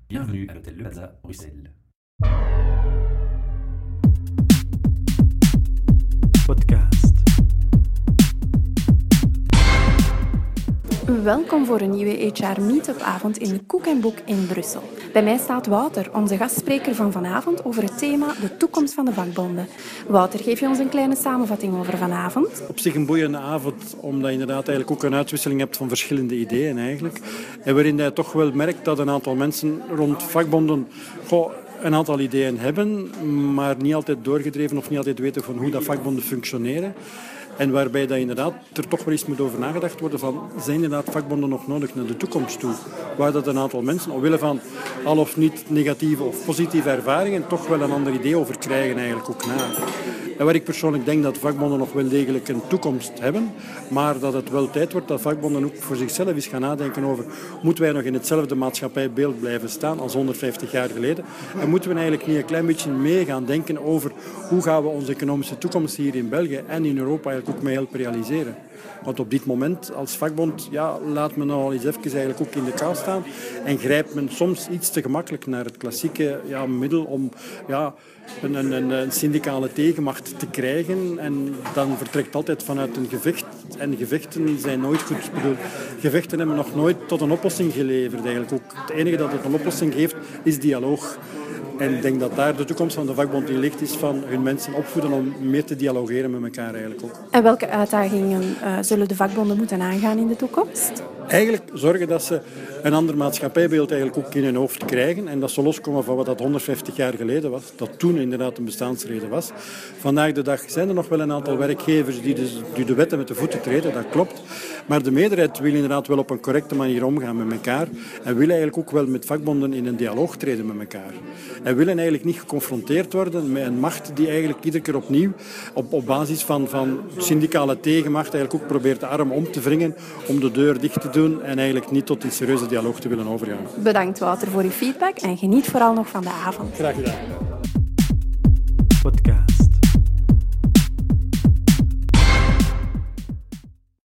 Bienvenue à l'hôtel Le Plaza, Bruxelles. Podcast. Welkom voor een nieuwe HR Meetup-avond in de Koek en Boek in Brussel. Bij mij staat Wouter, onze gastspreker van vanavond, over het thema de toekomst van de vakbonden. Wouter, geef je ons een kleine samenvatting over vanavond? Op zich een boeiende avond, omdat je inderdaad eigenlijk ook een uitwisseling hebt van verschillende ideeën eigenlijk. En waarin je toch wel merkt dat een aantal mensen rond vakbonden een aantal ideeën hebben, maar niet altijd doorgedreven of niet altijd weten van hoe dat vakbonden functioneren. En waarbij dat inderdaad er toch wel eens moet over nagedacht worden van, zijn inderdaad vakbonden nog nodig naar de toekomst toe? Waar dat een aantal mensen, omwille van al of niet negatieve of positieve ervaringen, toch wel een ander idee over krijgen eigenlijk ook na. En waar ik persoonlijk denk dat vakbonden nog wel degelijk een toekomst hebben, maar dat het wel tijd wordt dat vakbonden ook voor zichzelf eens gaan nadenken over, moeten wij nog in hetzelfde maatschappijbeeld blijven staan als 150 jaar geleden? En moeten we eigenlijk niet een klein beetje mee gaan denken over hoe gaan we onze economische toekomst hier in België en in Europa eigenlijk ook mee helpen realiseren? Want op dit moment als vakbond laat men al eens even eigenlijk ook in de kou staan en grijpt men soms iets te gemakkelijk naar het klassieke middel om een syndicale tegenmacht te krijgen. En dan vertrekt altijd vanuit een gevecht. En gevechten zijn nooit goed. Ik bedoel, gevechten hebben nog nooit tot een oplossing geleverd eigenlijk. Ook het enige dat het een oplossing geeft is dialoog. En ik denk dat daar de toekomst van de vakbond in ligt, is van hun mensen opvoeden om meer te dialogeren met elkaar eigenlijk ook. En welke uitdagingen zullen de vakbonden moeten aangaan in de toekomst? Eigenlijk zorgen dat ze een ander maatschappijbeeld eigenlijk ook in hun hoofd krijgen en dat ze loskomen van wat dat 150 jaar geleden was, dat toen inderdaad een bestaansreden was. Vandaag de dag zijn er nog wel een aantal werkgevers die de wetten met de voeten treden, dat klopt. Maar de meerderheid wil inderdaad wel op een correcte manier omgaan met elkaar en wil eigenlijk ook wel met vakbonden in een dialoog treden met elkaar. En willen eigenlijk niet geconfronteerd worden met een macht die eigenlijk iedere keer opnieuw op basis van syndicale tegenmacht eigenlijk ook probeert de arm om te wringen om de deur dicht te doen en eigenlijk niet tot een serieuze dialoog te willen overgaan. Bedankt Wouter voor uw feedback en geniet vooral nog van de avond. Graag gedaan.